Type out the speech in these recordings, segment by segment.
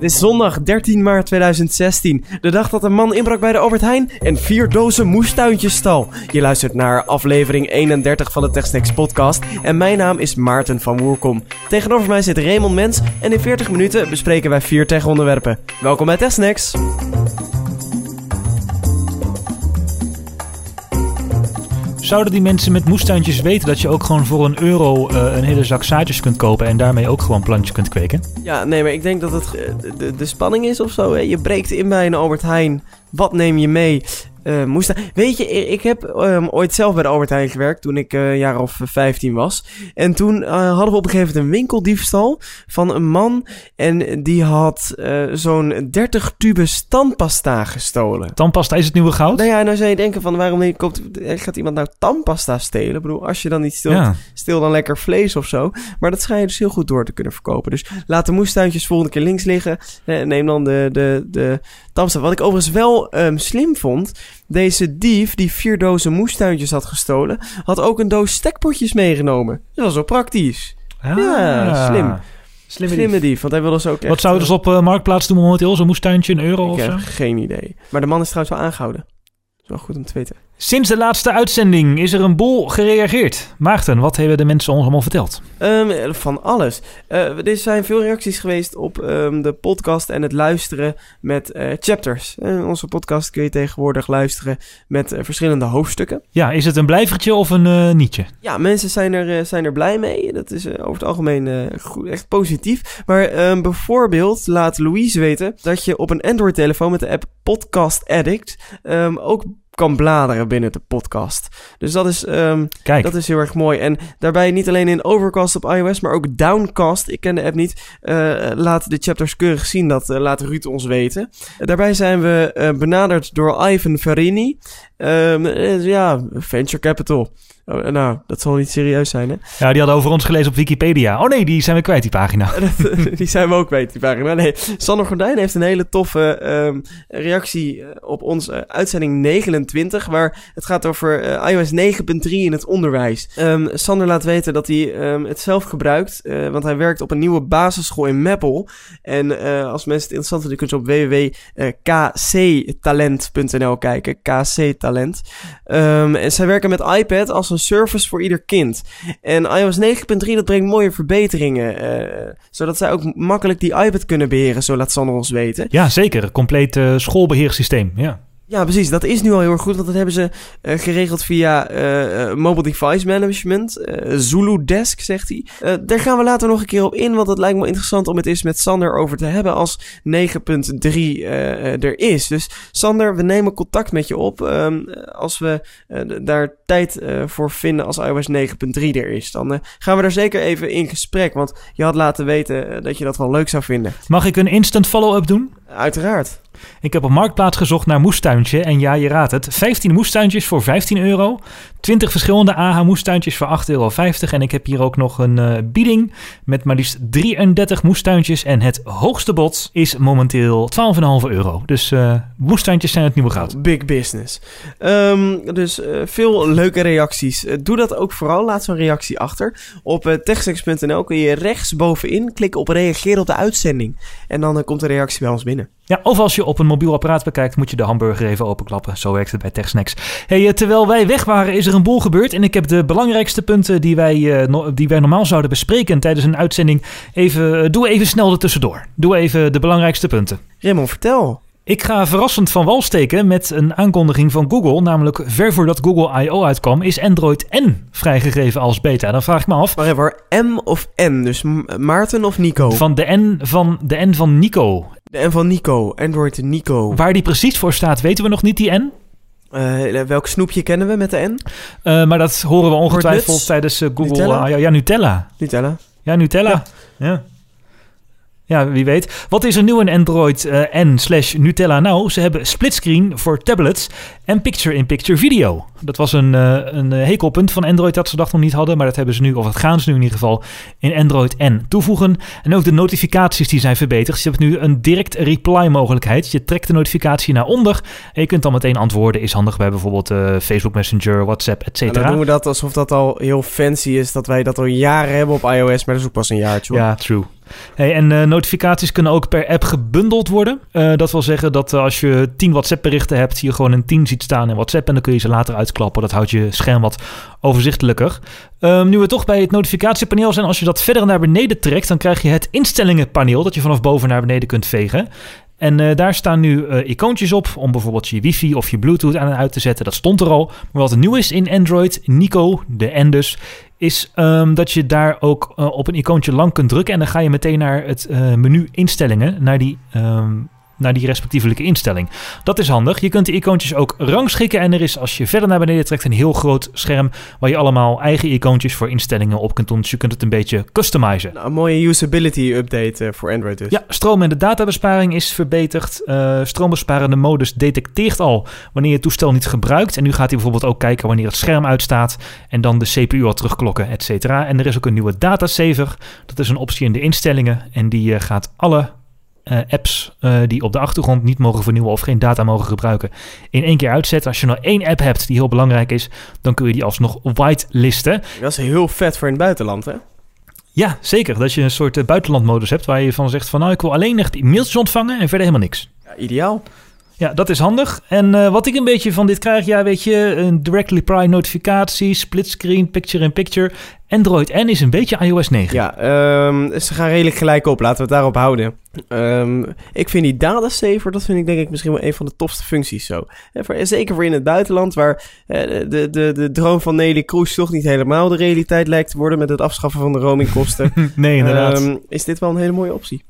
Het is zondag 13 maart 2016. De dag dat een man inbrak bij de Albert Heijn en 4 dozen moestuintjes stal. Je luistert naar aflevering 31 van de TechSnacks podcast. En mijn naam is Maarten van Woerkom. Tegenover mij zit Raymond Mens en in 40 minuten bespreken wij 4 tech-onderwerpen. Welkom bij TechSnacks. Zouden die mensen met moestuintjes weten dat je ook gewoon voor €1 een hele zak zaadjes kunt kopen en daarmee ook gewoon plantjes kunt kweken? Ja, nee, maar ik denk dat het de spanning is of zo. Hè? Je breekt in bij een Albert Heijn. Wat neem je mee? Weet je, ik heb ooit zelf bij de Albert Heijn gewerkt toen ik een jaar of 15 was. En toen hadden we op een gegeven moment een winkeldiefstal van een man. En die had zo'n 30 tubes tandpasta gestolen. Tandpasta is het nieuwe goud? Nou ja, nou zou je denken van waarom gaat iemand nou tandpasta stelen? Ik bedoel, als je dan niet steelt, stel dan lekker vlees of zo. Maar dat schijn je dus heel goed door te kunnen verkopen. Dus laat de moestuintjes volgende keer links liggen. Neem dan de tandpasta. Wat ik overigens wel slim vond. Deze dief die 4 dozen moestuintjes had gestolen, had ook een doos stekpotjes meegenomen. Dat was wel praktisch. Ja, slim. Slimme dief, want hij wilde dus ook echt... Wat zou je dus op Marktplaats doen momenteel? Zo'n moestuintje, €1 of zo? Ik heb geen idee. Maar de man is trouwens wel aangehouden. Dat is wel goed om te weten. Sinds de laatste uitzending is er een boel gereageerd. Maarten, wat hebben de mensen ons allemaal verteld? Van alles. Er zijn veel reacties geweest op de podcast en het luisteren met chapters. Onze podcast kun je tegenwoordig luisteren met verschillende hoofdstukken. Ja, is het een blijvertje of een nietje? Ja, mensen zijn er blij mee. Dat is over het algemeen goed, echt positief. Maar bijvoorbeeld laat Louise weten dat je op een Android-telefoon met de app Podcast Addict ook kan bladeren binnen de podcast. Dus dat is heel erg mooi. En daarbij niet alleen in Overcast op iOS, maar ook Downcast. Ik ken de app niet. Laat de chapters keurig zien. Dat laat Ruud ons weten. Daarbij zijn we benaderd door Ivan Verini. Venture Capital. Nou, dat zal niet serieus zijn, hè? Ja, die hadden over ons gelezen op Wikipedia. Oh nee, die zijn we kwijt, die pagina. Die zijn we ook kwijt, die pagina. Nee, Sander Gordijn heeft een hele toffe reactie op onze uitzending 29, waar het gaat over iOS 9.3 in het onderwijs. Sander laat weten dat hij het zelf gebruikt, want hij werkt op een nieuwe basisschool in Meppel. En als mensen het interessant vinden, kunnen ze op www.kctalent.nl kijken. KC Talent. En zij werken met iPad als een service voor ieder kind. En iOS 9.3 dat brengt mooie verbeteringen. Zodat zij ook makkelijk die iPad kunnen beheren, zo laat Sander ons weten. Ja, zeker. Een compleet schoolbeheersysteem, ja. Ja, precies. Dat is nu al heel erg goed, want dat hebben ze geregeld via Mobile Device Management. Zulu Desk, zegt hij. Daar gaan we later nog een keer op in, want het lijkt me interessant om het eens met Sander over te hebben als 9.3 er is. Dus Sander, we nemen contact met je op als we daar tijd voor vinden als iOS 9.3 er is. Dan gaan we daar zeker even in gesprek, want je had laten weten dat je dat wel leuk zou vinden. Mag ik een instant follow-up doen? Uiteraard. Ik heb op Marktplaats gezocht naar moestuintje en ja, je raadt het. 15 moestuintjes voor €15. 20 verschillende AHA moestuintjes voor €8,50. En ik heb hier ook nog een bieding met maar liefst 33 moestuintjes. En het hoogste bod is momenteel €12,5. Dus moestuintjes zijn het nieuwe goud. Big business. Dus veel leuke reacties. Doe dat ook vooral. Laat zo'n reactie achter. Op techsnacks.nl kun je rechtsbovenin klikken op reageren op de uitzending. En dan komt de reactie bij ons binnen. Ja, of als je op een mobiel apparaat bekijkt, moet je de hamburger even openklappen. Zo werkt het bij TechSnacks. Hey, terwijl wij weg waren, is er een boel gebeurd. En ik heb de belangrijkste punten die wij normaal zouden bespreken tijdens een uitzending. Doe even snel er tussendoor. Doe even de belangrijkste punten. Raymond, vertel. Ik ga verrassend van wal steken met een aankondiging van Google. Namelijk, ver voordat Google I.O. uitkwam, is Android N vrijgegeven als beta. Dan vraag ik me af. Maar even, M of N? Dus Maarten of Nico? Van de N van Nico. De N van Nico. Android Nico. Waar die precies voor staat, weten we nog niet, die N. Welk snoepje kennen we met de N? Maar dat horen we ongetwijfeld tijdens Google... Nutella? Nutella. Ja, Nutella. Ja. Ja, wie weet. Wat is er nieuw in Android N/Nutella? Nou, ze hebben splitscreen voor tablets En picture-in-picture video. Dat was een hekelpunt van Android dat ze dat nog niet hadden. Maar dat hebben ze nu, of dat gaan ze nu in ieder geval, in Android N toevoegen. En ook de notificaties die zijn verbeterd. Dus je hebt nu een direct reply mogelijkheid. Je trekt de notificatie naar onder en je kunt dan meteen antwoorden. Is handig bij bijvoorbeeld Facebook Messenger, WhatsApp, et cetera. En dan doen we dat alsof dat al heel fancy is. Dat wij dat al jaren hebben op iOS. Maar dat is ook pas een jaartje. Ja, true. Hey, en notificaties kunnen ook per app gebundeld worden. Dat wil zeggen dat als je 10 WhatsApp-berichten hebt, je gewoon een 10 ziet staan in WhatsApp en dan kun je ze later uitklappen. Dat houdt je scherm wat overzichtelijker. Nu we toch bij het notificatiepaneel zijn, als je dat verder naar beneden trekt, dan krijg je het instellingenpaneel dat je vanaf boven naar beneden kunt vegen. En daar staan nu icoontjes op om bijvoorbeeld je wifi of je bluetooth aan en uit te zetten. Dat stond er al. Maar wat er nieuw is in Android, Nico, de N dus, is dat je daar ook op een icoontje lang kunt drukken. En dan ga je meteen naar het menu instellingen, naar die respectievelijke instelling. Dat is handig. Je kunt de icoontjes ook rangschikken. En er is, als je verder naar beneden trekt, een heel groot scherm waar je allemaal eigen icoontjes voor instellingen op kunt doen. Dus je kunt het een beetje customizen. Nou, een mooie usability update voor Android dus. Ja, stroom- en de databesparing is verbeterd. Stroombesparende modus detecteert al wanneer je het toestel niet gebruikt. En nu gaat hij bijvoorbeeld ook kijken wanneer het scherm uitstaat en dan de CPU al terugklokken, et cetera. En er is ook een nieuwe datasaver. Dat is een optie in de instellingen en die gaat alle apps die op de achtergrond niet mogen vernieuwen of geen data mogen gebruiken in één keer uitzetten. Als je nou 1 app hebt die heel belangrijk is, dan kun je die alsnog whitelisten. Dat is heel vet voor in het buitenland, hè? Ja, zeker. Dat je een soort buitenlandmodus hebt waar je van zegt van nou, ik wil alleen echt mailtjes ontvangen en verder helemaal niks. Ja, ideaal. Ja, dat is handig. En wat ik een beetje van dit krijg, ja, weet je, een direct reply notificatie, splitscreen, picture-in-picture. Android N is een beetje iOS 9. Ja, ze gaan redelijk gelijk op. Laten we het daarop houden. Ik vind die datasaver, dat vind ik denk ik misschien wel een van de tofste functies zo. Zeker voor in het buitenland, waar de droom van Nelly Kroes toch niet helemaal de realiteit lijkt te worden met het afschaffen van de roamingkosten. Nee, inderdaad. Is dit wel een hele mooie optie.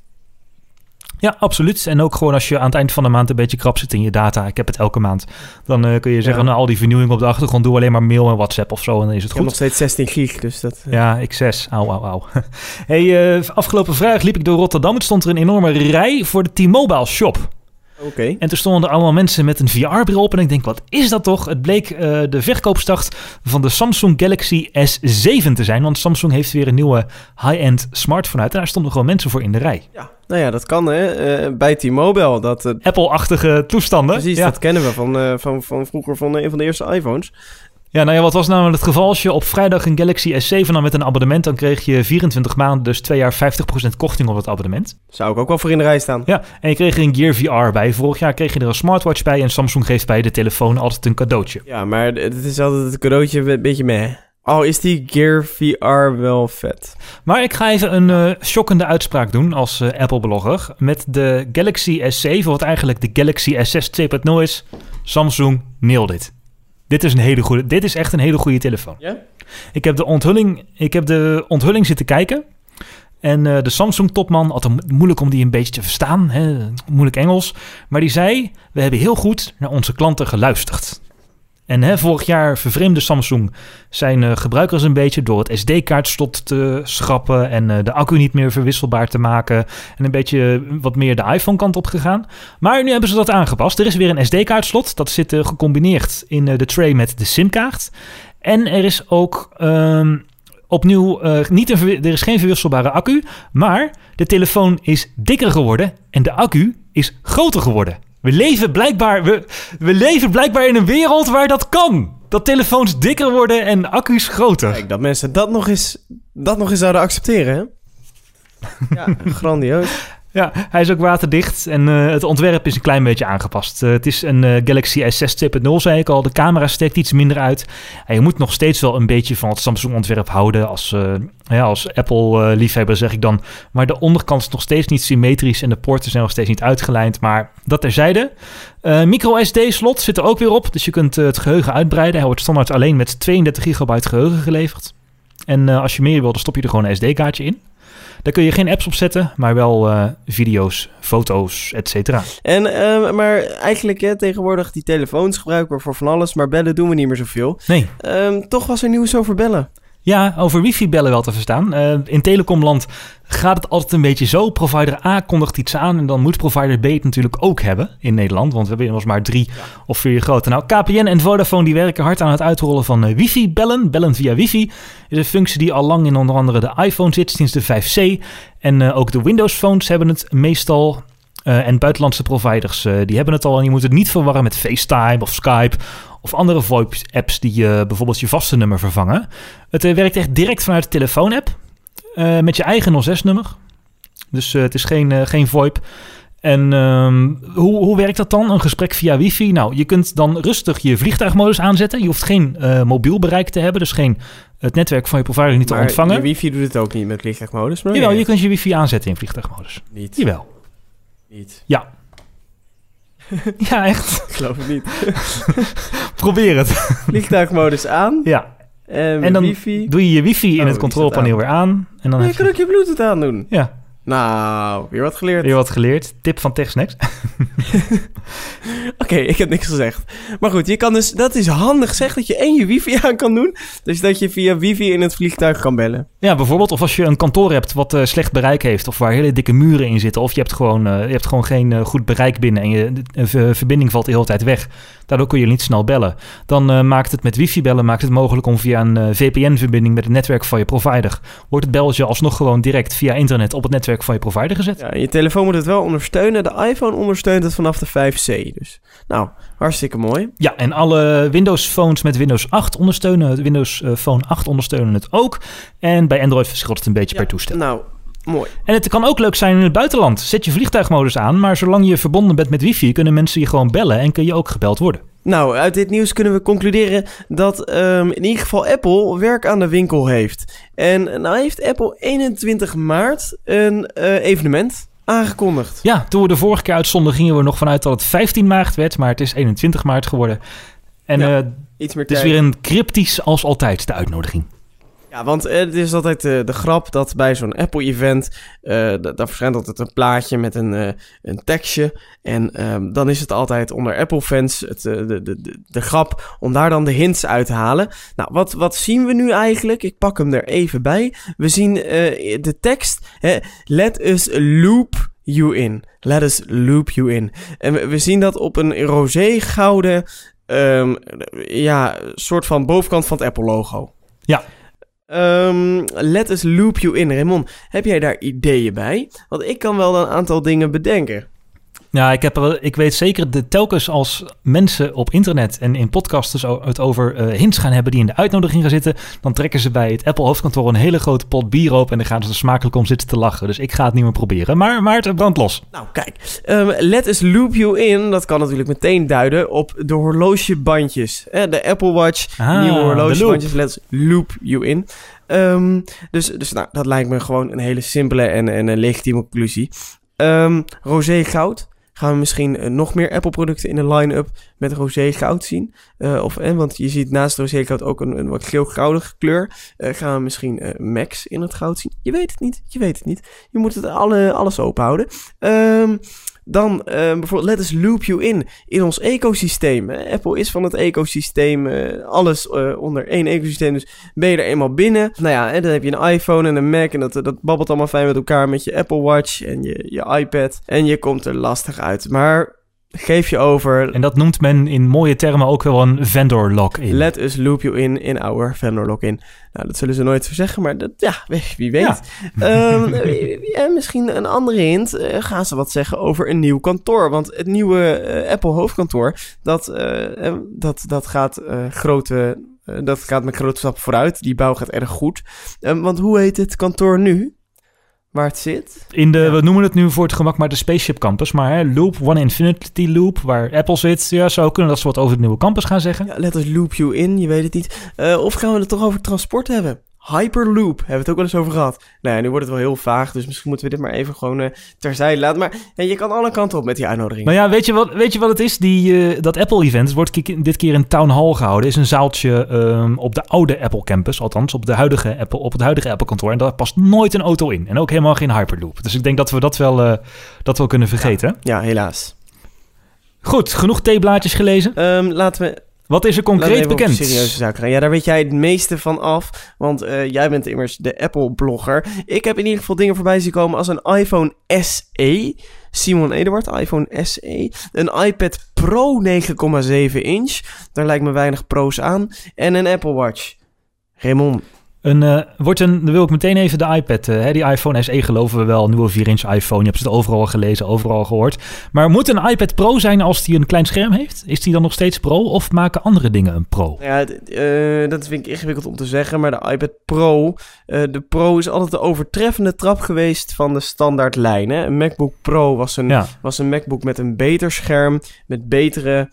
Ja, absoluut. En ook gewoon als je aan het eind van de maand een beetje krap zit in je data. Ik heb het elke maand. Dan kun je zeggen, nou, al die vernieuwing op de achtergrond, doe alleen maar mail en WhatsApp of zo en dan is het goed. Ik heb nog steeds 16 gig, dus dat... Ja, X6. Auw. Hey, afgelopen vrijdag liep ik door Rotterdam. Het stond er een enorme rij voor de T-Mobile shop. Oké. En toen stonden er allemaal mensen met een VR-bril op. En ik denk, wat is dat toch? Het bleek de verkoopstart van de Samsung Galaxy S7 te zijn. Want Samsung heeft weer een nieuwe high-end smartphone uit. En daar stonden gewoon mensen voor in de rij. Ja, nou ja, dat kan hè. Bij T-Mobile. Apple-achtige toestanden. Precies, dat kennen we van vroeger van een van de eerste iPhones. Ja, nou ja, wat was nou het geval? Als je op vrijdag een Galaxy S7 nam met een abonnement, dan kreeg je 24 maanden, dus 2 jaar 50% korting op het abonnement. Zou ik ook wel voor in de rij staan. Ja, en je kreeg er een Gear VR bij. Vorig jaar kreeg je er een smartwatch bij en Samsung geeft bij de telefoon altijd een cadeautje. Ja, maar het is altijd het cadeautje een beetje meh. Oh, is die Gear VR wel vet. Maar ik ga even een shockende uitspraak doen als Apple-blogger. Met de Galaxy S7, wat eigenlijk de Galaxy S6 2.0 is, Samsung nailed it. Dit is echt een hele goede telefoon. Ja? Ik heb de onthulling zitten kijken. En de Samsung-topman had het moeilijk om die een beetje te verstaan. Hè? Moeilijk Engels. Maar die zei, we hebben heel goed naar onze klanten geluisterd. En vorig jaar vervreemde Samsung zijn gebruikers een beetje door het SD-kaartslot te schrappen en de accu niet meer verwisselbaar te maken en een beetje wat meer de iPhone-kant op gegaan. Maar nu hebben ze dat aangepast. Er is weer een SD-kaartslot. Dat zit gecombineerd in de tray met de SIM-kaart. En er is ook opnieuw er is geen verwisselbare accu, maar de telefoon is dikker geworden en de accu is groter geworden. We leven blijkbaar in een wereld waar dat kan. Dat telefoons dikker worden en accu's groter. Kijk, dat mensen dat nog eens zouden accepteren, hè? Ja, grandioos. Ja, hij is ook waterdicht en het ontwerp is een klein beetje aangepast. Het is een Galaxy S6 2.0, zei ik al. De camera steekt iets minder uit. En je moet nog steeds wel een beetje van het Samsung-ontwerp houden. Als Apple-liefhebber zeg ik dan. Maar de onderkant is nog steeds niet symmetrisch en de poorten zijn nog steeds niet uitgelijnd. Maar dat terzijde. Micro SD-slot zit er ook weer op. Dus je kunt het geheugen uitbreiden. Hij wordt standaard alleen met 32 gigabyte geheugen geleverd. En als je meer wil, dan stop je er gewoon een SD-kaartje in. Daar kun je geen apps op zetten, maar wel video's, foto's, et cetera. Maar eigenlijk tegenwoordig die telefoons gebruiken we voor van alles, maar bellen doen we niet meer zoveel. Nee. Toch was er nieuws over bellen. Ja, over wifi-bellen wel te verstaan. In telecomland gaat het altijd een beetje zo. Provider A kondigt iets aan en dan moet provider B het natuurlijk ook hebben in Nederland. Want we hebben inmiddels maar 3 of 4 grote. Nou, KPN en Vodafone die werken hard aan het uitrollen van wifi-bellen. Bellen via wifi is een functie die al lang in onder andere de iPhone zit sinds de 5C. En ook de Windows-phones hebben het meestal. En buitenlandse providers die hebben het al. En je moet het niet verwarren met FaceTime of Skype of andere VoIP-apps die bijvoorbeeld je vaste nummer vervangen. Het werkt echt direct vanuit de telefoon-app met je eigen 06-nummer. Dus het is geen VoIP. En hoe werkt dat dan? Een gesprek via wifi? Nou, je kunt dan rustig je vliegtuigmodus aanzetten. Je hoeft geen mobiel bereik te hebben, dus het netwerk van je provider niet te ontvangen. Maar je wifi doet het ook niet met vliegtuigmodus? Maar Jawel, je kunt je wifi aanzetten in vliegtuigmodus. Niet. Jawel. Niet. Ja. Ja, echt. Ik geloof het niet. Probeer het. Vliegtuigmodus aan. Ja. En dan wifi. Doe je je wifi in het controlepaneel weer aan. En dan je kan ook je Bluetooth aandoen. Ja. Nou, weer wat geleerd. Weer wat geleerd. Tip van TechSnacks. Oké, ik heb niks gezegd. Maar goed, je kan dus, dat is handig zeg, dat je je wifi aan kan doen. Dus dat je via wifi in het vliegtuig kan bellen. Ja, bijvoorbeeld of als je een kantoor hebt wat slecht bereik heeft. Of waar hele dikke muren in zitten. Of je hebt gewoon geen goed bereik binnen. En je verbinding valt de hele tijd weg. Daardoor kun je niet snel bellen. Dan maakt het met wifi bellen mogelijk om via een VPN-verbinding met het netwerk van je provider. Wordt het belletje alsnog gewoon direct via internet op het netwerk van je provider gezet. Ja, je telefoon moet het wel ondersteunen. De iPhone ondersteunt het vanaf de 5C. Dus nou, hartstikke mooi. Ja, en alle Windows-phones met Windows 8 ondersteunen het. Windows Phone 8 ondersteunen het ook. En bij Android verschilt het een beetje per toestel. Nou, mooi. En het kan ook leuk zijn in het buitenland. Zet je vliegtuigmodus aan, maar zolang je verbonden bent met wifi kunnen mensen je gewoon bellen en kun je ook gebeld worden. Nou, uit dit nieuws kunnen we concluderen dat in ieder geval Apple werk aan de winkel heeft. En nou heeft Apple 21 maart een evenement aangekondigd. Ja, toen we de vorige keer uitzonden gingen we nog vanuit dat het 15 maart werd, maar het is 21 maart geworden. En iets meer het is weer een cryptisch als altijd de uitnodiging. Ja, want het is altijd de grap dat bij zo'n Apple-event daar verschijnt altijd een plaatje met een tekstje. En dan is het altijd onder Apple-fans de grap om daar dan de hints uit te halen. Nou, wat zien we nu eigenlijk? Ik pak hem er even bij. We zien de tekst. Let us loop you in. Let us loop you in. En we zien dat op een roze-gouden soort van bovenkant van het Apple-logo. Ja. Let us loop you in. Raymond, heb jij daar ideeën bij? Want ik kan wel een aantal dingen bedenken. Ja, ik weet zeker dat telkens als mensen op internet en in podcasts het over hints gaan hebben die in de uitnodiging gaan zitten, dan trekken ze bij het Apple hoofdkantoor een hele grote pot bier open en dan gaan ze er smakelijk om zitten te lachen. Dus ik ga het niet meer proberen. Maar het brandt los. Nou, kijk. Let us loop you in. Dat kan natuurlijk meteen duiden op de horlogebandjes. De Apple Watch, nieuwe horlogebandjes. Let us loop you in. Dus nou, dat lijkt me gewoon een hele simpele en een legitieme conclusie. Rosé goud. Gaan we misschien nog meer Apple-producten in de line-up met roze goud zien? Want je ziet naast roze goud ook een wat geel-goudige kleur. Gaan we misschien Max in het goud zien? Je weet het niet. Je moet het alles openhouden. Dan bijvoorbeeld let us loop you in ons ecosysteem. Apple is van het ecosysteem, alles onder één ecosysteem. Dus ben je er eenmaal binnen. Nou ja, en dan heb je een iPhone en een Mac en dat babbelt allemaal fijn met elkaar met je Apple Watch en je iPad. En je komt er lastig uit. Maar geef je over. En dat noemt men in mooie termen ook wel een vendor lock-in. Let us loop you in our vendor lock-in. Nou, dat zullen ze nooit zo zeggen, maar wie weet. Ja. Misschien een andere hint. Gaan ze wat zeggen over een nieuw kantoor? Want het nieuwe Apple hoofdkantoor, dat gaat met grote stappen vooruit. Die bouw gaat erg goed. Want hoe heet het kantoor nu? Waar het zit? We noemen het nu voor het gemak maar de Spaceship Campus. Maar Loop, One Infinity Loop, waar Apple zit. Ja, zou kunnen dat ze wat over het nieuwe campus gaan zeggen. Ja, let us loop you in, je weet het niet. Of gaan we het toch over transport hebben? Hyperloop, hebben we het ook wel eens over gehad. Nou ja, nu wordt het wel heel vaag, dus misschien moeten we dit maar even gewoon terzijde laten. Maar je kan alle kanten op met die uitnodiging. Nou ja, weet je wat het is? Dat Apple-event wordt dit keer in Town Hall gehouden. Is een zaaltje op de oude Apple campus, althans op het huidige Apple-kantoor. En daar past nooit een auto in. En ook helemaal geen Hyperloop. Dus ik denk dat we dat wel kunnen vergeten. Ja, helaas. Goed, genoeg theeblaadjes gelezen? Laten we Wat is er concreet bekend? Serieuze zaken gaan. Ja, daar weet jij het meeste van af. Want jij bent immers de Apple-blogger. Ik heb in ieder geval dingen voorbij zien komen als een iPhone SE. Simon Eduard, iPhone SE. Een iPad Pro 9,7 inch. Daar lijkt me weinig pro's aan. En een Apple Watch. Raymond. Dan wil ik meteen even de iPad, die iPhone SE geloven we wel, nieuwe 4-inch iPhone. Je hebt het overal gelezen, overal gehoord. Maar moet een iPad Pro zijn als die een klein scherm heeft? Is die dan nog steeds Pro of maken andere dingen een Pro? Ja, dat vind ik ingewikkeld om te zeggen, maar de iPad Pro, de Pro is altijd de overtreffende trap geweest van de standaard lijn. Hè? Een MacBook Pro was een MacBook met een beter scherm, met betere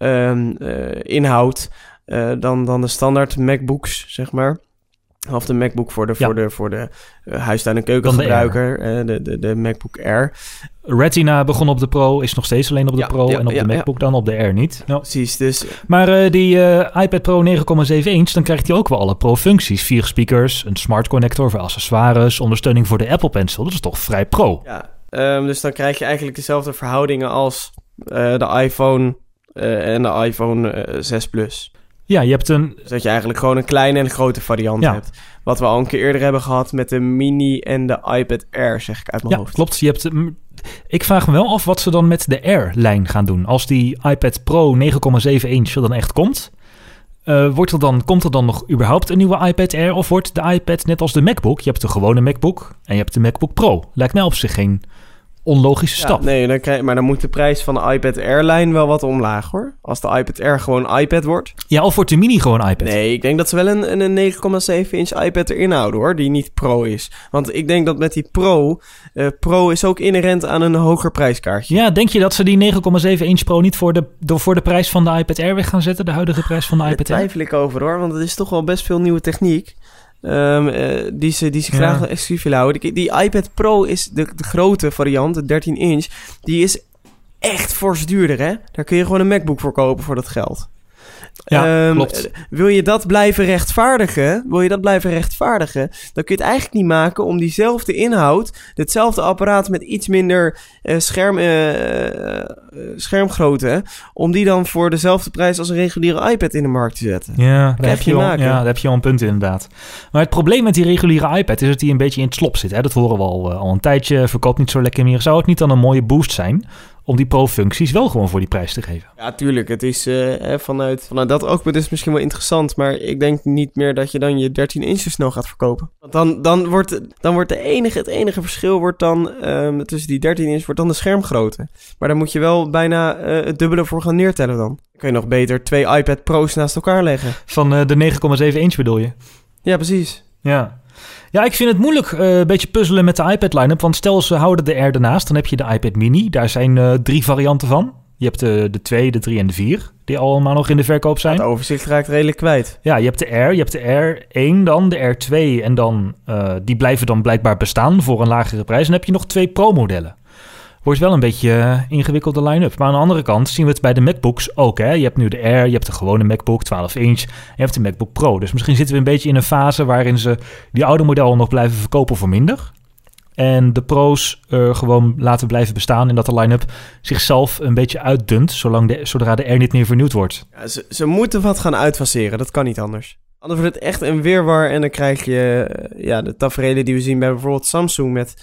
inhoud dan de standaard MacBooks, zeg maar. Of de MacBook voor de huistuin- en keukengebruiker. De MacBook Air. Retina begon op de Pro, is nog steeds alleen op de Pro. En op de MacBook dan, op de Air niet. Ja. Precies, dus... Maar die iPad Pro 9,7 inch, dan krijgt hij ook wel alle Pro-functies. 4 speakers, een smart connector voor accessoires, ondersteuning voor de Apple Pencil. Dat is toch vrij Pro? Ja, dus dan krijg je eigenlijk dezelfde verhoudingen als de iPhone en de iPhone 6 Plus. Ja, je hebt Dus dat je eigenlijk gewoon een kleine en een grote variant hebt. Wat we al een keer eerder hebben gehad met de Mini en de iPad Air, zeg ik uit mijn hoofd. Ja, klopt. Ik vraag me wel af wat ze dan met de Air-lijn gaan doen. Als die iPad Pro 9,7 inch dan echt komt, komt er dan nog überhaupt een nieuwe iPad Air? Of wordt de iPad net als de MacBook? Je hebt de gewone MacBook en je hebt de MacBook Pro. Lijkt mij op zich geen onlogische stap. Nee, maar dan moet de prijs van de iPad Air-lijn wel wat omlaag, hoor. Als de iPad Air gewoon iPad wordt. Ja, of wordt de Mini gewoon iPad? Nee, ik denk dat ze wel een 9,7 inch iPad erin houden, hoor. Die niet Pro is. Want ik denk dat met die Pro is ook inherent aan een hoger prijskaartje. Ja, denk je dat ze die 9,7 inch Pro niet voor de prijs van de iPad Air weg gaan zetten? De huidige prijs van de iPad Air? Daar twijfel ik over, hoor. Want het is toch wel best veel nieuwe techniek. Die ze graag exclusief willen houden. Die iPad Pro is de grote variant, de 13 inch. Die is echt fors duurder, hè? Daar kun je gewoon een MacBook voor kopen voor dat geld. Ja, klopt. Wil je dat blijven rechtvaardigen, dan kun je het eigenlijk niet maken om diezelfde inhoud, ditzelfde apparaat met iets minder schermgrootte, om die dan voor dezelfde prijs als een reguliere iPad in de markt te zetten. Ja, daar heb je al een punt inderdaad. Maar het probleem met die reguliere iPad is dat die een beetje in het slop zit. Hè? Dat horen we al een tijdje, verkoopt niet zo lekker meer. Zou het niet dan een mooie boost zijn om die Pro-functies wel gewoon voor die prijs te geven? Ja, tuurlijk. Het is vanuit dat oogpunt is het misschien wel interessant, maar ik denk niet meer dat je dan je 13 inch zo snel gaat verkopen. Want dan wordt het enige verschil wordt dan tussen die 13 inch wordt dan de schermgrootte. Maar dan moet je wel bijna het dubbele voor gaan neertellen dan. Dan kun je nog beter 2 iPad Pro's naast elkaar leggen. Van de 9,7 inch bedoel je? Ja, precies. Ja, ik vind het moeilijk een beetje puzzelen met de iPad-line-up. Want stel ze houden de Air ernaast, dan heb je de iPad Mini. Daar zijn 3 varianten van. Je hebt de 2, de 3 en de 4, die allemaal nog in de verkoop zijn. Het overzicht raakt redelijk kwijt. Ja, je hebt de Air 1 dan, de Air 2 en dan die blijven dan blijkbaar bestaan voor een lagere prijs. En dan heb je nog 2 Pro-modellen. Wordt wel een beetje ingewikkelde line-up. Maar aan de andere kant zien we het bij de MacBooks ook. Hè? Je hebt nu de Air, je hebt de gewone MacBook 12 inch en je hebt de MacBook Pro. Dus misschien zitten we een beetje in een fase waarin ze die oude modellen nog blijven verkopen voor minder. En de Pro's gewoon laten blijven bestaan en dat de line-up zichzelf een beetje uitdunt zodra de Air niet meer vernieuwd wordt. Ja, ze moeten wat gaan uitfaseren, dat kan niet anders. Anders wordt het echt een wirwar en dan krijg je de taferelen die we zien bij bijvoorbeeld Samsung met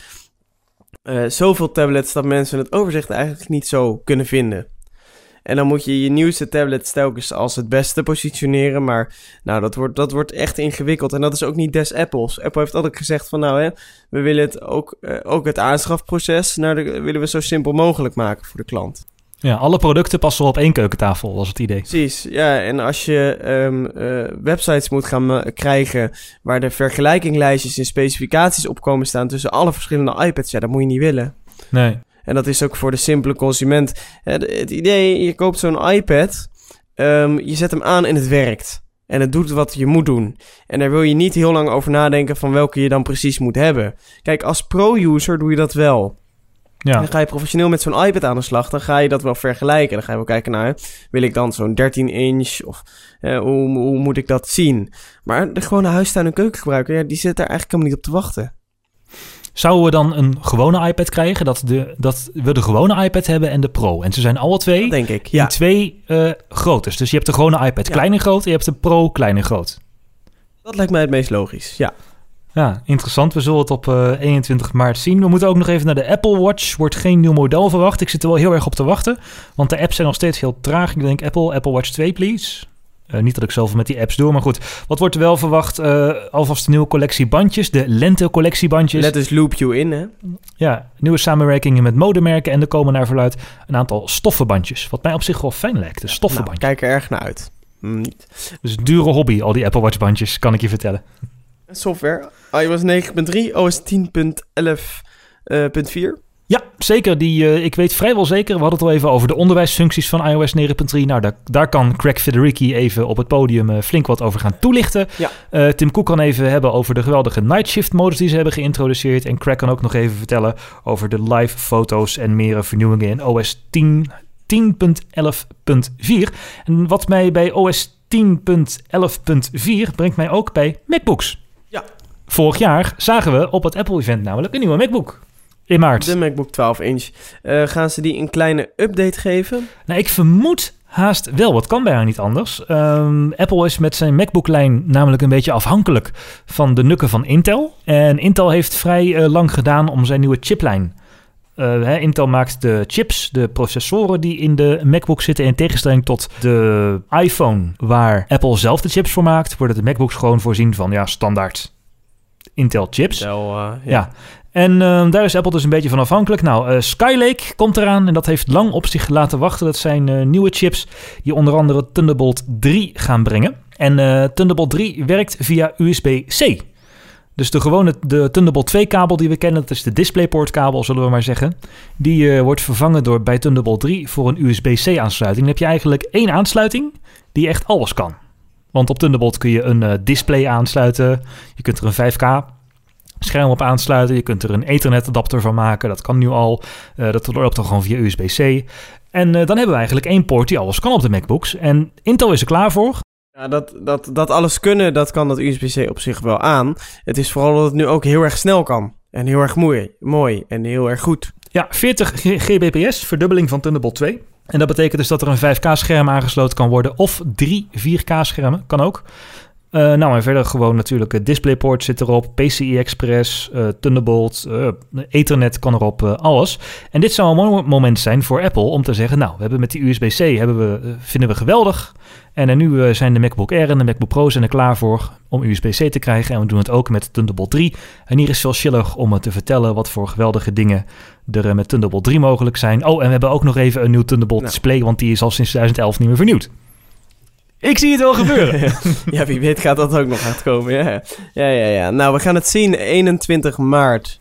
zoveel tablets dat mensen het overzicht eigenlijk niet zo kunnen vinden. En dan moet je nieuwste tablet telkens als het beste positioneren. Maar dat wordt echt ingewikkeld. En dat is ook niet des Apples. Apple heeft altijd gezegd van we willen het ook het aanschafproces willen we zo simpel mogelijk maken voor de klant. Ja, alle producten passen op 1 keukentafel, was het idee. Precies, ja. En als je websites moet gaan krijgen waar de vergelijkinglijstjes en specificaties op komen staan tussen alle verschillende iPads, dat moet je niet willen. Nee. En dat is ook voor de simpele consument. Het idee, je koopt zo'n iPad, je zet hem aan en het werkt. En het doet wat je moet doen. En daar wil je niet heel lang over nadenken van welke je dan precies moet hebben. Kijk, als pro-user doe je dat wel. Ja. Dan ga je professioneel met zo'n iPad aan de slag. Dan ga je dat wel vergelijken. Dan ga je wel kijken naar, wil ik dan zo'n 13 inch? Of hoe moet ik dat zien? Maar de gewone huistuin- en keukengebruiker, die zit daar eigenlijk helemaal niet op te wachten. zouden we dan een gewone iPad krijgen? Dat we de gewone iPad hebben en de Pro. En ze zijn alle twee Dat denk ik, in 2 groottes. Dus je hebt de gewone iPad klein en groot en je hebt de Pro klein en groot. Dat lijkt mij het meest logisch, ja. Ja, interessant. We zullen het op 21 maart zien. We moeten ook nog even naar de Apple Watch. Wordt geen nieuw model verwacht. Ik zit er wel heel erg op te wachten. Want de apps zijn nog steeds heel traag. Ik denk Apple Watch 2, please. Niet dat ik zoveel met die apps doe, maar goed. Wat wordt er wel verwacht? Alvast een nieuwe collectie bandjes. De lente-collectie bandjes. Let eens loop you in, hè? Ja, nieuwe samenwerkingen met modemerken. En er komen naar verluid een aantal stoffenbandjes. Wat mij op zich wel fijn lijkt. De stoffenbandjes. Kijk er erg naar uit. Niet. Dus een dure hobby, al die Apple Watch bandjes, kan ik je vertellen. Software. iOS 9.3, OS 10.11.4. Ja, zeker. Ik weet vrijwel zeker. We hadden het al even over de onderwijsfuncties van iOS 9.3. Nou, daar kan Craig Federighi even op het podium flink wat over gaan toelichten. Ja. Tim Cook kan even hebben over de geweldige Night Shift modus die ze hebben geïntroduceerd. En Craig kan ook nog even vertellen over de live foto's en meer vernieuwingen in OS 10.11.4. En wat mij bij OS 10.11.4 brengt mij ook bij MacBooks. Ja. Vorig jaar zagen we op het Apple-event namelijk een nieuwe MacBook. In maart. De MacBook 12 inch. Gaan ze die een kleine update geven? Nou, ik vermoed haast wel. Het kan bijna niet anders. Apple is met zijn MacBook-lijn namelijk een beetje afhankelijk van de nukken van Intel. En Intel heeft vrij lang gedaan om zijn nieuwe chiplijn. Intel maakt de chips, de processoren die in de MacBook zitten. In tegenstelling tot de iPhone, waar Apple zelf de chips voor maakt, worden de MacBooks gewoon voorzien van standaard Intel chips. Ja. En daar is Apple dus een beetje van afhankelijk. Nou, Skylake komt eraan en dat heeft lang op zich laten wachten. Dat zijn nieuwe chips die onder andere Thunderbolt 3 gaan brengen. En Thunderbolt 3 werkt via USB-C. Dus de Thunderbolt 2 kabel die we kennen, dat is de DisplayPort kabel, zullen we maar zeggen. Die wordt vervangen bij Thunderbolt 3 voor een USB-C aansluiting. Dan heb je eigenlijk 1 aansluiting die echt alles kan. Want op Thunderbolt kun je een display aansluiten. Je kunt er een 5K scherm op aansluiten. Je kunt er een Ethernet adapter van maken. Dat kan nu al. Dat loopt dan gewoon via USB-C. En dan hebben we eigenlijk 1 poort die alles kan op de MacBooks. En Intel is er klaar voor. Ja, dat alles kunnen, dat kan dat USB-C op zich wel aan. Het is vooral dat het nu ook heel erg snel kan. En heel erg mooi en heel erg goed. Ja, 40 Gbps, verdubbeling van Thunderbolt 2. En dat betekent dus dat er een 5K-scherm aangesloten kan worden. Of 3 4K-schermen, kan ook. En verder gewoon natuurlijk DisplayPort zit erop, PCI Express, Thunderbolt, Ethernet kan erop, alles. En dit zou een mooi moment zijn voor Apple om te zeggen, nou, we hebben met die USB-C vinden we geweldig. En nu zijn de MacBook Air en de MacBook Pro zijn er klaar voor om USB-C te krijgen. En we doen het ook met Thunderbolt 3. En hier is Phil Schiller om te vertellen wat voor geweldige dingen er met Thunderbolt 3 mogelijk zijn. Oh, en we hebben ook nog even een nieuw Thunderbolt display, want die is al sinds 2011 niet meer vernieuwd. Ik zie het wel gebeuren. Ja, wie weet gaat dat ook nog uitkomen. Ja. Nou, we gaan het zien 21 maart.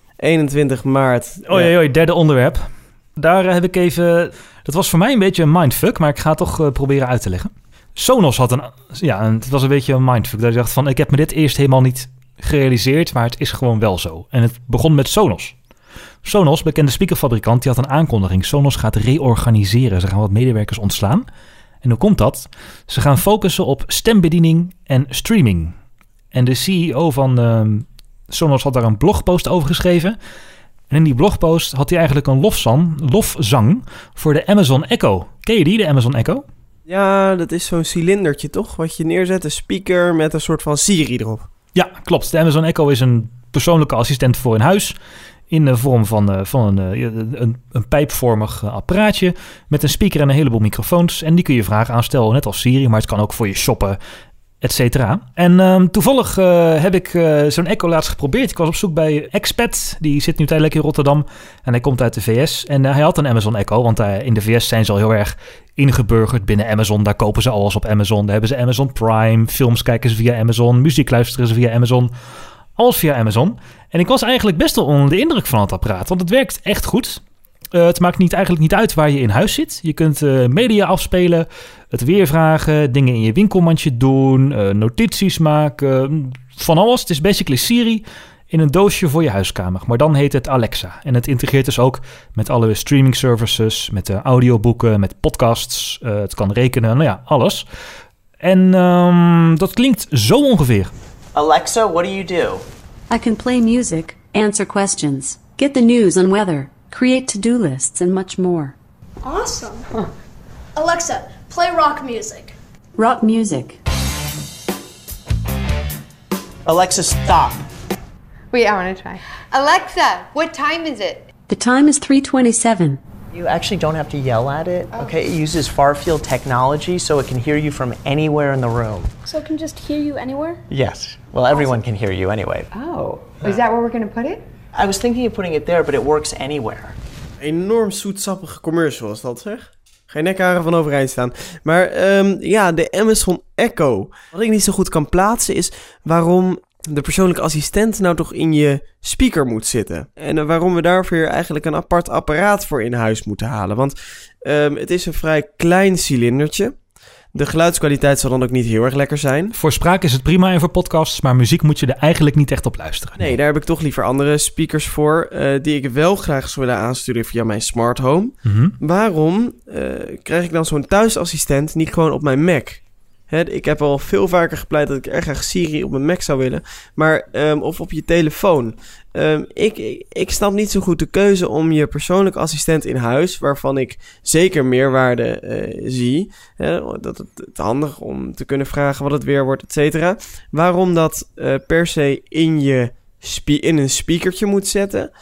21 maart. Oei, derde onderwerp. Daar heb ik even... Dat was voor mij een beetje een mindfuck, maar ik ga het toch proberen uit te leggen. Sonos had het was een beetje een mindfuck. Daar dacht van, ik heb me dit eerst helemaal niet gerealiseerd, maar het is gewoon wel zo. En het begon met Sonos. Sonos, bekende speakerfabrikant, die had een aankondiging. Sonos gaat reorganiseren. Ze gaan wat medewerkers ontslaan. En hoe komt dat? Ze gaan focussen op stembediening en streaming. En de CEO van Sonos had daar een blogpost over geschreven. En in die blogpost had hij eigenlijk een lofzang voor de Amazon Echo. Ken je die, de Amazon Echo? Ja, dat is zo'n cilindertje toch? Wat je neerzet, een speaker met een soort van Siri erop. Ja, klopt. De Amazon Echo is een persoonlijke assistent voor in huis. In de vorm van een pijpvormig apparaatje met een speaker en een heleboel microfoons. En die kun je vragen aanstellen, net als Siri, maar het kan ook voor je shoppen, et cetera. En toevallig heb ik zo'n Echo laatst geprobeerd. Ik was op zoek bij Expat, die zit nu tijdelijk in Rotterdam en hij komt uit de VS. En hij had een Amazon Echo, want in de VS zijn ze al heel erg ingeburgerd binnen Amazon. Daar kopen ze alles op Amazon. Daar hebben ze Amazon Prime, films kijken ze via Amazon, muziek luisteren ze via Amazon. Alles via Amazon. En ik was eigenlijk best wel onder de indruk van het apparaat. Want het werkt echt goed. Het maakt eigenlijk niet uit waar je in huis zit. Je kunt media afspelen, het weer vragen, dingen in je winkelmandje doen, notities maken, van alles. Het is basically Siri in een doosje voor je huiskamer. Maar dan heet het Alexa. En het integreert dus ook met alle streaming services, met audioboeken, met podcasts. Het kan rekenen, alles. En dat klinkt zo ongeveer. Alexa, what do you do? I can play music, answer questions, get the news on weather, create to-do lists, and much more. Awesome. Alexa, play rock music. Rock music. Alexa, stop. Wait, I want to try. Alexa, what time is it? The time is 3:27. You actually don't have to yell at it, okay? It uses far-field technology so it can hear you from anywhere in the room. So it can just hear you anywhere? Yes. Well, everyone can hear you anyway. Oh, is that where we're going to put it? I was thinking of putting it there, but it works anywhere. Enorm zoetsappige commercial was dat, zeg. Ga je nekharen van overeind staan. Maar de Amazon Echo. Wat ik niet zo goed kan plaatsen is waarom de persoonlijke assistent nou toch in je speaker moet zitten. En waarom we daarvoor eigenlijk een apart apparaat voor in huis moeten halen. Want het is een vrij klein cilindertje. De geluidskwaliteit zal dan ook niet heel erg lekker zijn. Voor spraak is het prima en voor podcasts, maar muziek moet je er eigenlijk niet echt op luisteren. Nee, daar heb ik toch liever andere speakers voor, die ik wel graag zou willen aansturen via mijn smart home. Mm-hmm. Waarom krijg ik dan zo'n thuisassistent niet gewoon op mijn Mac? Ik heb al veel vaker gepleit dat ik erg graag Siri op mijn Mac zou willen. Maar, of op je telefoon. Ik snap niet zo goed de keuze om je persoonlijke assistent in huis, waarvan ik zeker meerwaarde zie. Dat het handig om te kunnen vragen wat het weer wordt, et cetera. Waarom dat per se in een speakertje moet zetten,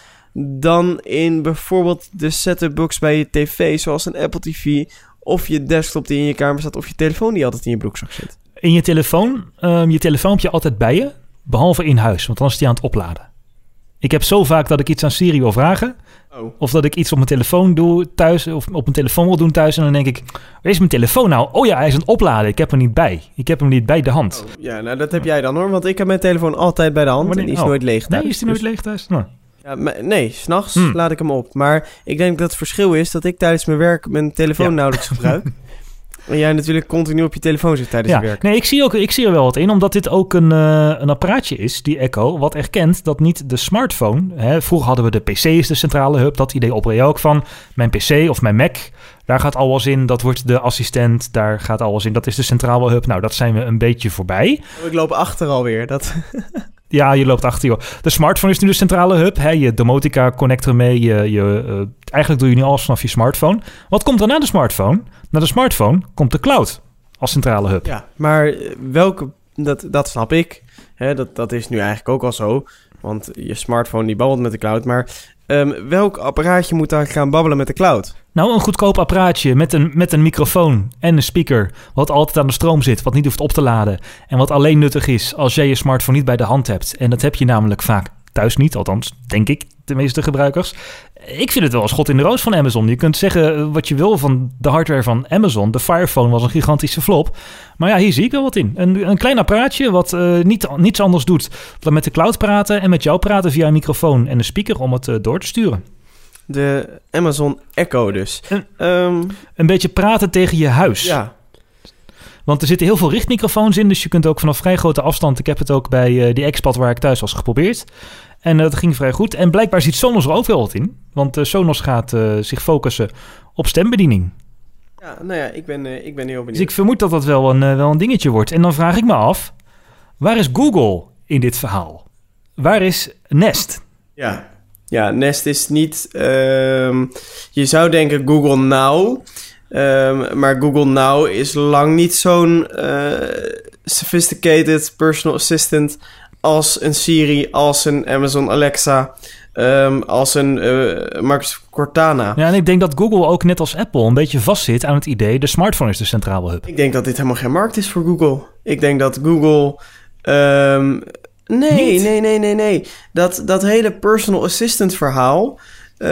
dan in bijvoorbeeld de set-top box bij je tv, zoals een Apple TV, of je desktop die in je kamer staat, of je telefoon die altijd in je broekzak zit. In je telefoon heb je altijd bij je, behalve in huis, want dan is die aan het opladen. Ik heb zo vaak dat ik iets aan Siri wil vragen, of dat ik iets op mijn telefoon doe thuis, of op mijn telefoon wil doen thuis, en dan denk ik, waar is mijn telefoon nou? Oh ja, hij is aan het opladen, ik heb hem niet bij. Ik heb hem niet bij de hand. Oh, ja, nou dat heb jij dan hoor, want ik heb mijn telefoon altijd bij de hand en die is nooit leeg thuis. Nee, is die nooit leeg thuis? Nou. Ja, nee, 's nachts laat ik hem op. Maar ik denk dat het verschil is dat ik tijdens mijn werk mijn telefoon nauwelijks gebruik. En jij natuurlijk continu op je telefoon zit tijdens je werk. Nee, ik zie er wel wat in, omdat dit ook een apparaatje is, die Echo, wat erkent dat niet de smartphone. Vroeger hadden we de PC is de centrale hub, dat idee opreed ook van. Mijn PC of mijn Mac, daar gaat alles in, dat wordt de assistent, daar gaat alles in, dat is de centrale hub. Nou, dat zijn we een beetje voorbij. Ik loop achter alweer, dat... Ja, je loopt achter, joh. De smartphone is nu de centrale hub. Je domotica connect ermee. Eigenlijk doe je nu alles vanaf je smartphone. Wat komt er na de smartphone? Na de smartphone komt de cloud als centrale hub. Ja, maar welke... Dat snap ik. Dat is nu eigenlijk ook al zo. Want je smartphone die babbelt met de cloud. Maar welk apparaatje moet dan gaan babbelen met de cloud? Nou, een goedkoop apparaatje met een microfoon en een speaker, wat altijd aan de stroom zit, wat niet hoeft op te laden en wat alleen nuttig is als jij je smartphone niet bij de hand hebt. En dat heb je namelijk vaak thuis niet, althans denk ik, de meeste gebruikers. Ik vind het wel een schot in de roos van Amazon. Je kunt zeggen wat je wil van de hardware van Amazon. De Fire Phone was een gigantische flop. Maar ja, hier zie ik wel wat in. Een klein apparaatje wat niets anders doet dan met de cloud praten en met jou praten via een microfoon en een speaker om het door te sturen. De Amazon Echo dus. Een beetje praten tegen je huis. Ja. Want er zitten heel veel richtmicrofoons in, dus je kunt ook vanaf vrij grote afstand... Ik heb het ook bij die Expat waar ik thuis was geprobeerd. En dat ging vrij goed. En blijkbaar ziet Sonos er ook wel wat in. Want Sonos gaat zich focussen op stembediening. Ja, nou ja, ik ben heel benieuwd. Dus ik vermoed dat dat wel een dingetje wordt. En dan vraag ik me af, waar is Google in dit verhaal? Waar is Nest? Ja, Nest is niet... je zou denken Google Now... maar Google Now is lang niet zo'n sophisticated personal assistant als een Siri, als een Amazon Alexa, als een Microsoft Cortana. Ja, en ik denk dat Google ook net als Apple een beetje vastzit aan het idee, de smartphone is de centrale hub. Ik denk dat dit helemaal geen markt is voor Google. Ik denk dat Google... Nee. Dat hele personal assistant verhaal...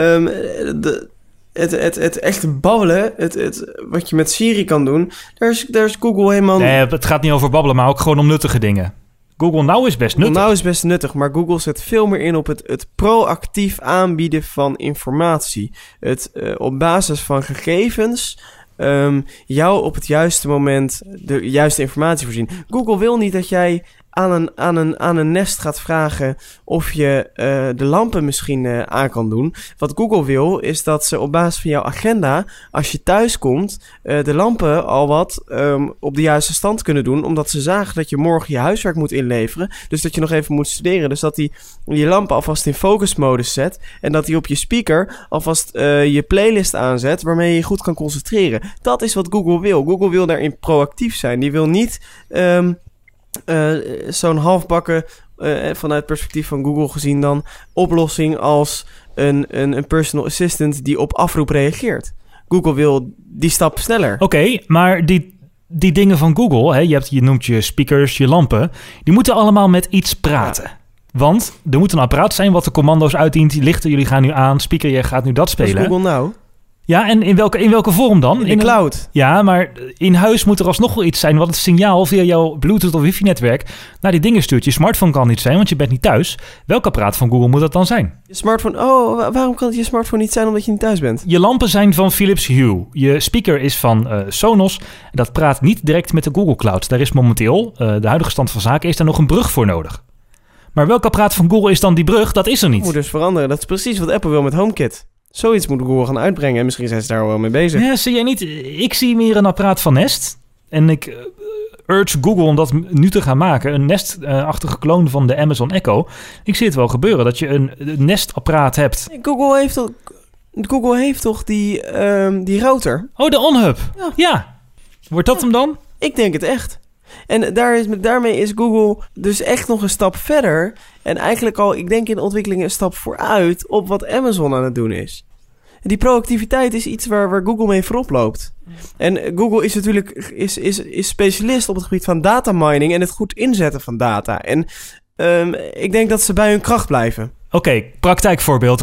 Het echte babbelen, wat je met Siri kan doen, daar is Google helemaal... Nee, het gaat niet over babbelen, maar ook gewoon om nuttige dingen. Google Now is best nuttig. Google Now is best nuttig, maar Google zet veel meer in op het proactief aanbieden van informatie. Het op basis van gegevens jou op het juiste moment de juiste informatie voorzien. Google wil niet dat jij aan een Nest gaat vragen of je de lampen misschien aan kan doen. Wat Google wil, is dat ze op basis van jouw agenda, als je thuis komt, de lampen al wat op de juiste stand kunnen doen. Omdat ze zagen dat je morgen je huiswerk moet inleveren. Dus dat je nog even moet studeren. Dus dat die je lampen alvast in focusmodus zet. En dat die op je speaker alvast je playlist aanzet, waarmee je je goed kan concentreren. Dat is wat Google wil. Google wil daarin proactief zijn. Die wil niet zo'n halfbakken, vanuit het perspectief van Google gezien dan, oplossing als een personal assistant die op afroep reageert. Google wil die stap sneller. Oké, maar die dingen van Google, hè, je noemt je speakers, je lampen, die moeten allemaal met iets praten. Ja. Want er moet een apparaat zijn wat de commando's uitdient. Die lichten, jullie gaan nu aan. Speaker, jij gaat nu dat spelen. Dat is Google Now. Ja, en in welke vorm dan? In de cloud. Ja, maar in huis moet er alsnog wel iets zijn wat het signaal via jouw Bluetooth of wifi-netwerk naar die dingen stuurt. Je smartphone kan niet zijn, want je bent niet thuis. Welk apparaat van Google moet dat dan zijn? Je smartphone. Oh, waarom kan het je smartphone niet zijn omdat je niet thuis bent? Je lampen zijn van Philips Hue. Je speaker is van Sonos. Dat praat niet direct met de Google Cloud. Daar is momenteel, de huidige stand van zaken, is daar nog een brug voor nodig. Maar welk apparaat van Google is dan die brug? Dat is er niet. Dat moet dus veranderen. Dat is precies wat Apple wil met HomeKit. Zoiets moet Google gaan uitbrengen en misschien zijn ze daar wel mee bezig. Ja, zie jij niet? Ik zie meer een apparaat van Nest. En ik urge Google om dat nu te gaan maken. Een Nest-achtige kloon van de Amazon Echo. Ik zie het wel gebeuren dat je een Nest-apparaat hebt. Google heeft toch die router? Oh, de OnHub. Ja. Wordt dat hem dan? Ik denk het echt. En daarmee is Google dus echt nog een stap verder. En eigenlijk al, ik denk in de ontwikkeling, een stap vooruit op wat Amazon aan het doen is. Die proactiviteit is iets waar Google mee voorop loopt. En Google is natuurlijk is specialist op het gebied van data mining en het goed inzetten van data. En ik denk dat ze bij hun kracht blijven. Oké, praktijkvoorbeeld.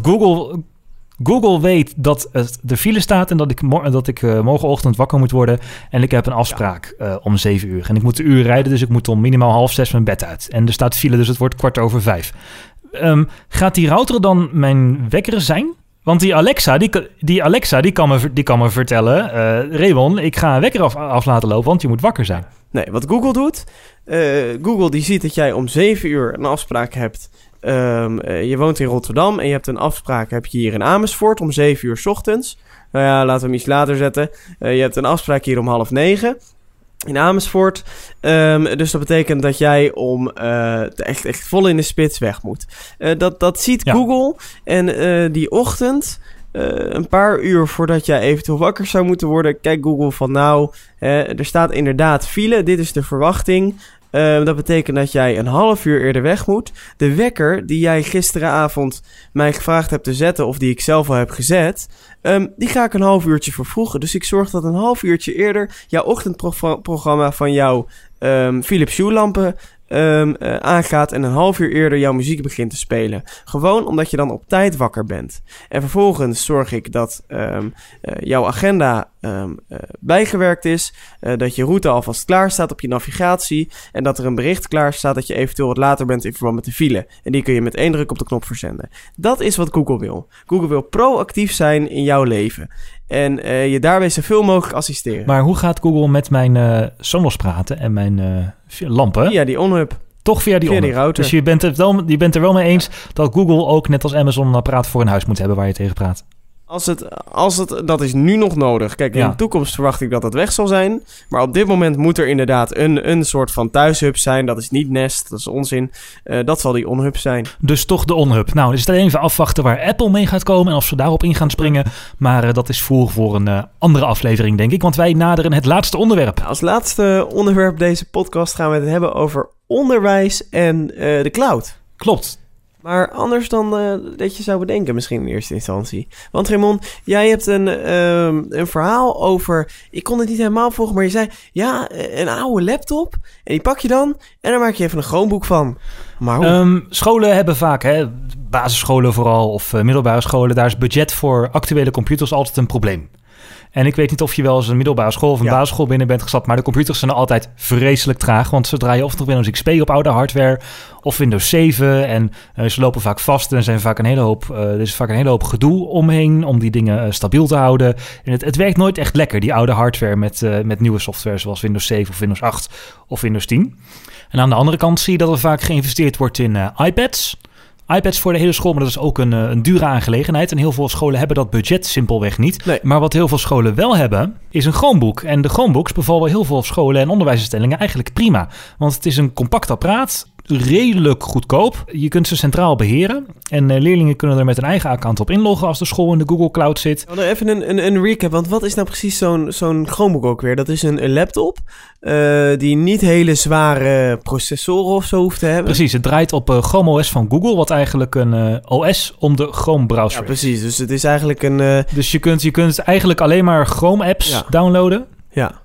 Google weet dat de file staat en dat ik morgenochtend wakker moet worden. En ik heb een afspraak om 7 uur. En ik moet een uur rijden, dus ik moet om minimaal 5:30 mijn bed uit. En er staat file, dus het wordt 5:15. Gaat die router dan mijn wekker zijn? Want die Alexa, die kan me vertellen, Raymond, ik ga een wekker af laten lopen, want je moet wakker zijn. Nee, wat Google doet, Google die ziet dat jij om 7 uur een afspraak hebt. Je woont in Rotterdam en je hebt een afspraak, heb je hier in Amersfoort om 7 uur 's ochtends. Nou ja, laten we hem iets later zetten. Je hebt een afspraak hier om 8:30 in Amersfoort. Dus dat betekent dat jij om echt vol in de spits weg moet. Dat ziet Google. En die ochtend, een paar uur voordat jij eventueel wakker zou moeten worden, kijkt Google van er staat inderdaad file. Dit is de verwachting. Dat betekent dat jij een half uur eerder weg moet. De wekker die jij gisteravond mij gevraagd hebt te zetten, of die ik zelf al heb gezet, die ga ik een half uurtje vervroegen. Dus ik zorg dat een half uurtje eerder jouw ochtendprogramma van jouw Philips Hue lampen aangaat en een half uur eerder jouw muziek begint te spelen. Gewoon omdat je dan op tijd wakker bent. En vervolgens zorg ik dat jouw agenda bijgewerkt is, dat je route alvast klaar staat op je navigatie en dat er een bericht klaar staat dat je eventueel wat later bent in verband met de file. En die kun je met 1 druk op de knop verzenden. Dat is wat Google wil. Google wil proactief zijn in jouw leven. En je daarbij zoveel mogelijk assisteren. Maar hoe gaat Google met mijn Sonos praten en mijn lampen? Ja, die OnHub. Toch via die router. Dus je bent er wel mee eens dat Google ook net als Amazon een apparaat voor een huis moet hebben waar je tegen praat? Dat is nu nog nodig. Kijk, in de toekomst verwacht ik dat dat weg zal zijn. Maar op dit moment moet er inderdaad een soort van thuishub zijn. Dat is niet Nest, dat is onzin. Dat zal die OnHub zijn. Dus toch de OnHub. Nou, dus is het even afwachten waar Apple mee gaat komen en of ze daarop in gaan springen. Maar dat is voor een andere aflevering, denk ik. Want wij naderen het laatste onderwerp. Als laatste onderwerp deze podcast gaan we het hebben over onderwijs en de cloud. Klopt. Maar anders dan dat je zou bedenken misschien in eerste instantie. Want Raymond, jij hebt een verhaal over... Ik kon het niet helemaal volgen, maar je zei... Ja, een oude laptop. En die pak je dan en dan maak je even een Chromebook van. Maar hoe? Scholen hebben vaak, basisscholen vooral of middelbare scholen... daar is budget voor actuele computers altijd een probleem. En ik weet niet of je wel eens een middelbare school of een basisschool binnen bent gestapt, maar de computers zijn altijd vreselijk traag. Want zodra je of nog Windows XP op oude hardware of Windows 7 en ze lopen vaak vast en er is vaak een hele hoop gedoe omheen om die dingen stabiel te houden. En het werkt nooit echt lekker, die oude hardware met nieuwe software zoals Windows 7 of Windows 8 of Windows 10. En aan de andere kant zie je dat er vaak geïnvesteerd wordt in iPads. iPads voor de hele school, maar dat is ook een dure aangelegenheid. En heel veel scholen hebben dat budget simpelweg niet. Nee. Maar wat heel veel scholen wel hebben, is een Chromebook. En de Chromebooks bevallen heel veel scholen en onderwijsinstellingen eigenlijk prima. Want het is een compact apparaat, redelijk goedkoop. Je kunt ze centraal beheren. En leerlingen kunnen er met een eigen account op inloggen als de school in de Google Cloud zit. Even een recap, want wat is nou precies zo'n Chromebook ook weer? Dat is een laptop die niet hele zware processoren of zo hoeft te hebben. Precies, het draait op Chrome OS van Google, wat eigenlijk een OS om de Chrome browser is. Ja, precies. Dus het is eigenlijk een... Dus je kunt eigenlijk alleen maar Chrome apps downloaden. Ja.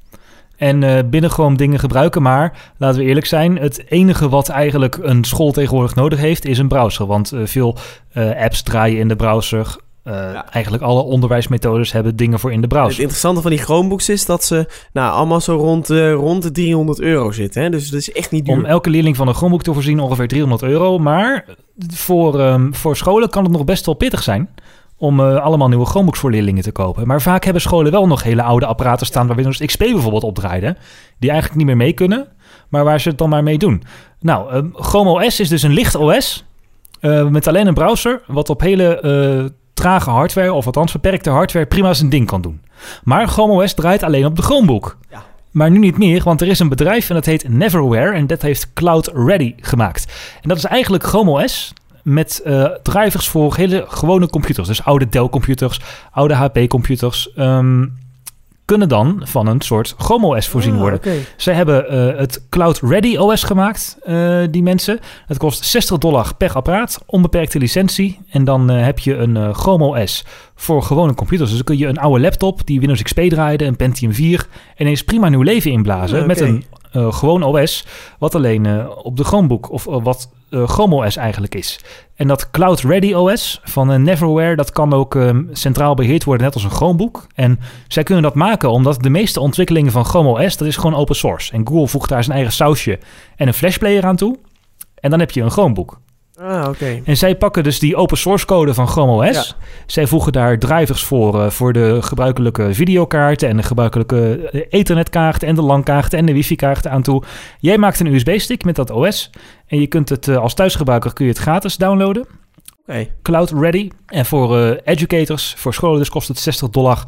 En binnen Chrome dingen gebruiken. Maar laten we eerlijk zijn, het enige wat eigenlijk een school tegenwoordig nodig heeft, is een browser. Want veel apps draaien in de browser. Eigenlijk alle onderwijsmethodes hebben dingen voor in de browser. Het interessante van die Chromebooks is dat ze allemaal zo rond de €300 zitten. Hè? Dus dat is echt niet duur. Om elke leerling van een Chromebook te voorzien ongeveer €300. Maar voor scholen kan het nog best wel pittig zijn om allemaal nieuwe Chromebooks voor leerlingen te kopen. Maar vaak hebben scholen wel nog hele oude apparaten staan waar Windows XP bijvoorbeeld op draaide, die eigenlijk niet meer mee kunnen, maar waar ze het dan maar mee doen. Nou, Chrome OS is dus een licht OS met alleen een browser, wat op hele trage hardware, of althans beperkte hardware, prima zijn ding kan doen. Maar Chrome OS draait alleen op de Chromebook. Ja. Maar nu niet meer, want er is een bedrijf en dat heet Neverware en dat heeft Cloud Ready gemaakt. En dat is eigenlijk Chrome OS met drivers voor hele gewone computers. Dus oude Dell-computers, oude HP-computers kunnen dan van een soort Chrome OS voorzien worden. Okay. Zij hebben het Cloud Ready OS gemaakt, die mensen. Het kost $60 per apparaat, onbeperkte licentie. En dan heb je een Chrome OS voor gewone computers. Dus dan kun je een oude laptop die Windows XP draaide, een Pentium 4, ineens prima nieuw leven inblazen met een gewoon OS, wat alleen op de Chromebook of wat Chrome OS eigenlijk is. En dat Cloud Ready OS van Neverware, dat kan ook centraal beheerd worden, net als een Chromebook. En zij kunnen dat maken omdat de meeste ontwikkelingen van Chrome OS, dat is gewoon open source. En Google voegt daar zijn eigen sausje en een flashplayer aan toe. En dan heb je een Chromebook. Okay. En zij pakken dus die open source code van Chrome OS. Ja. Zij voegen daar drivers voor de gebruikelijke videokaarten en de gebruikelijke Ethernet-kaarten en de LAN-kaarten en de wifi-kaarten aan toe. Jij maakt een USB-stick met dat OS en je kunt het als thuisgebruiker kun je het gratis downloaden. Okay. Cloud Ready. En voor educators, voor scholen dus kost het $60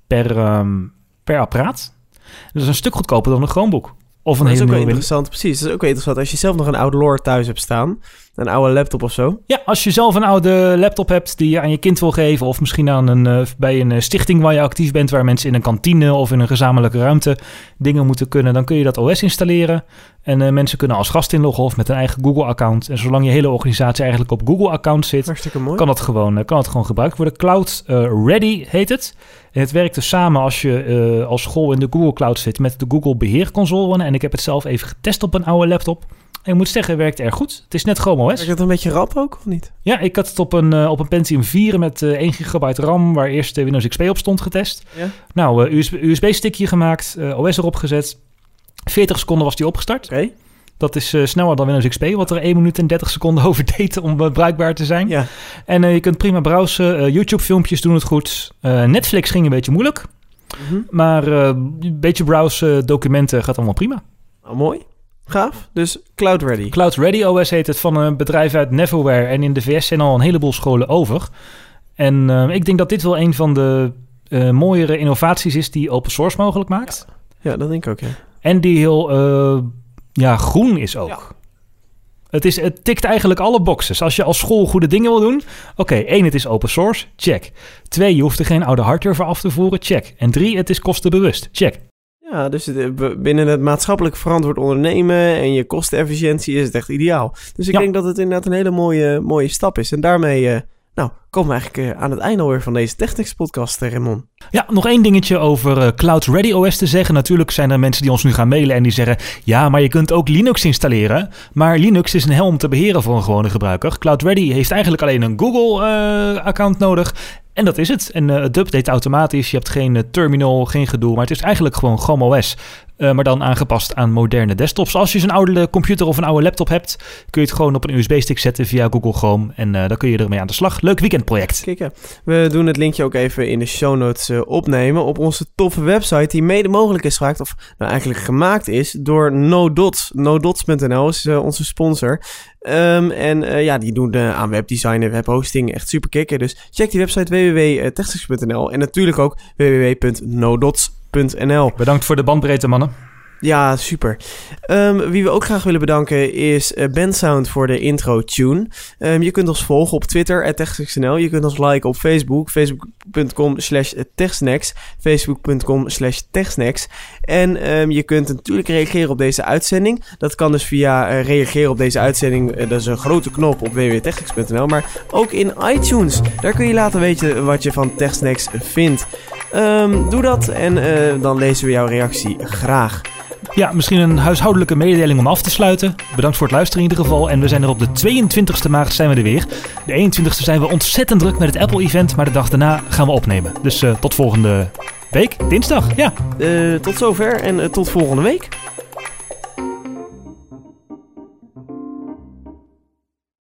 per apparaat. Dat is een stuk goedkoper dan een Chromebook. Of een dat is hele ook wel nieuwe interessant, precies. Dat is ook wel interessant als je zelf nog een oude Lore thuis hebt staan. Een oude laptop of zo. Ja, als je zelf een oude laptop hebt die je aan je kind wil geven, of misschien bij een stichting waar je actief bent, waar mensen in een kantine of in een gezamenlijke ruimte dingen moeten kunnen, dan kun je dat OS installeren. En mensen kunnen als gast inloggen of met een eigen Google-account. En zolang je hele organisatie eigenlijk op Google-account zit, kan het gewoon gebruikt worden. Cloud Ready heet het. En het werkt dus samen als je als school in de Google Cloud zit met de Google beheerconsole. En ik heb het zelf even getest op een oude laptop. En ik moet zeggen, het werkt erg goed. Het is net Chrome OS. Werkt het een beetje rap ook, of niet? Ja, ik had het op een Pentium 4 met 1 gigabyte RAM, waar eerst Windows XP op stond, getest. Ja. Nou, USB-stickje gemaakt, OS erop gezet. 40 seconden was die opgestart. Oké. Dat is sneller dan Windows XP, wat er 1 minuut en 30 seconden over deed om bruikbaar te zijn. Ja. En je kunt prima browsen. YouTube-filmpjes doen het goed. Netflix ging een beetje moeilijk. Mm-hmm. Maar een beetje browsen, documenten gaat allemaal prima. Oh, mooi. Gaaf. Dus Cloud Ready. Cloud Ready OS heet het, van een bedrijf uit Neverware. En in de VS zijn al een heleboel scholen over. En ik denk dat dit wel een van de mooiere innovaties is die open source mogelijk maakt. Ja, dat denk ik ook, ja. En die heel groen is ook. Ja. Het tikt eigenlijk alle boxes. Als je als school goede dingen wil doen. Oké, 1, het is open source. Check. 2, je hoeft er geen oude hardware voor af te voeren. Check. En 3, het is kostenbewust. Check. Ja, dus binnen het maatschappelijk verantwoord ondernemen en je kostenefficiëntie is het echt ideaal. Dus ik denk dat het inderdaad een hele mooie stap is. En daarmee komen we eigenlijk aan het einde alweer van deze TechNext-podcast, Raymond. Ja, nog 1 dingetje over Cloud Ready OS te zeggen. Natuurlijk zijn er mensen die ons nu gaan mailen en die zeggen, ja, maar je kunt ook Linux installeren. Maar Linux is een hel om te beheren voor een gewone gebruiker. Cloud Ready heeft eigenlijk alleen een Google-account nodig En dat is het. En het update automatisch. Je hebt geen terminal, geen gedoe. Maar het is eigenlijk gewoon Chrome OS. Maar dan aangepast aan moderne desktops. Als je zo'n oude computer of een oude laptop hebt, kun je het gewoon op een USB-stick zetten via Google Chrome. En dan kun je ermee aan de slag. Leuk weekendproject. Kijk, we doen het linkje ook even in de show notes opnemen op onze toffe website die mede mogelijk is gemaakt, of nou eigenlijk gemaakt is, door NoDots. NoDots.nl is onze sponsor. Die doen aan webdesign en webhosting echt super kicken. Dus check die website www.techsnacks.nl en natuurlijk ook www.nodots.nl. Bedankt voor de bandbreedte, mannen. Ja, super. Wie we ook graag willen bedanken is Bensound voor de intro-tune. Je kunt ons volgen op Twitter, @techsnacks.nl. Je kunt ons liken op Facebook, facebook.com/techsnacks, facebook.com/techsnacks. En je kunt natuurlijk reageren op deze uitzending. Dat kan dus via reageren op deze uitzending. Dat is een grote knop op www.techsnacks.nl. Maar ook in iTunes. Daar kun je laten weten wat je van TechSnacks vindt. Doe dat en dan lezen we jouw reactie graag. Ja, misschien een huishoudelijke mededeling om af te sluiten. Bedankt voor het luisteren in ieder geval. En we zijn er op de 22e maart zijn we er weer. De 21e zijn we ontzettend druk met het Apple-event. Maar de dag daarna gaan we opnemen. Dus tot volgende week, dinsdag. Ja. Tot zover en tot volgende week.